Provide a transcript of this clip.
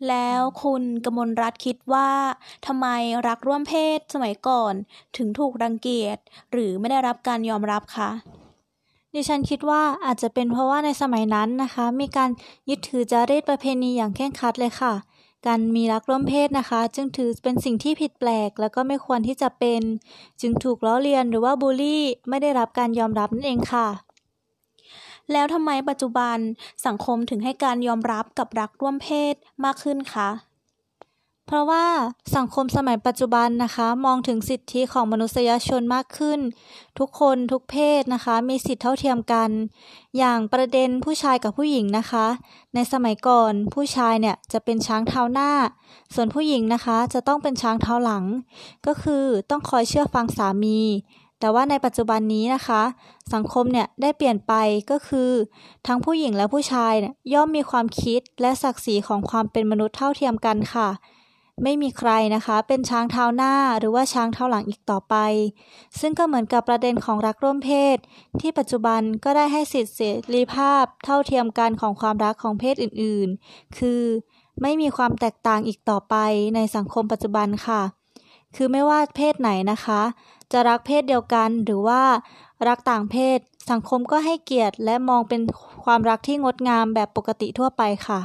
แล้วคุณกมลรัตน์คิดว่าทำไมรักร่วมเพศสมัยก่อนถึงถูกรังเกียจหรือไม่ได้รับการยอมรับคะดิฉันคิดว่าอาจจะเป็นเพราะว่าในสมัยนั้นนะคะมีการยึดถือจารีตประเพณีอย่างเคร่งครัดเลยค่ะการมีรักร่วมเพศนะคะจึงถือเป็นสิ่งที่ผิดแปลกแล้วก็ไม่ควรที่จะเป็นจึงถูกล้อเลียนหรือว่าบูลลี่ไม่ได้รับการยอมรับนั่นเองค่ะแล้วทำไมปัจจุบันสังคมถึงให้การยอมรับกับรักร่วมเพศมากขึ้นคะเพราะว่าสังคมสมัยปัจจุบันนะคะมองถึงสิทธิของมนุษยชนมากขึ้นทุกคนทุกเพศนะคะมีสิทธิเท่าเทียมกันอย่างประเด็นผู้ชายกับผู้หญิงนะคะในสมัยก่อนผู้ชายเนี่ยจะเป็นช้างเท้าหน้าส่วนผู้หญิงนะคะจะต้องเป็นช้างเท้าหลังก็คือต้องคอยเชื่อฟังสามีแต่ว่าในปัจจุบันนี้นะคะสังคมเนี่ยได้เปลี่ยนไปก็คือทั้งผู้หญิงและผู้ชายเนี่ยย่อมมีความคิดและศักดิ์ศรีของความเป็นมนุษย์เท่าเทียมกันค่ะไม่มีใครนะคะเป็นช้างเท้าหน้าหรือว่าช้างเท้าหลังอีกต่อไปซึ่งก็เหมือนกับประเด็นของรักร่วมเพศที่ปัจจุบันก็ได้ให้สิทธิเสรีภาพเท่าเทียมกันของความรักของเพศอื่นๆคือไม่มีความแตกต่างอีกต่อไปในสังคมปัจจุบันค่ะคือไม่ว่าเพศไหนนะคะจะรักเพศเดียวกันหรือว่ารักต่างเพศสังคมก็ให้เกียรติและมองเป็นความรักที่งดงามแบบปกติทั่วไปค่ะ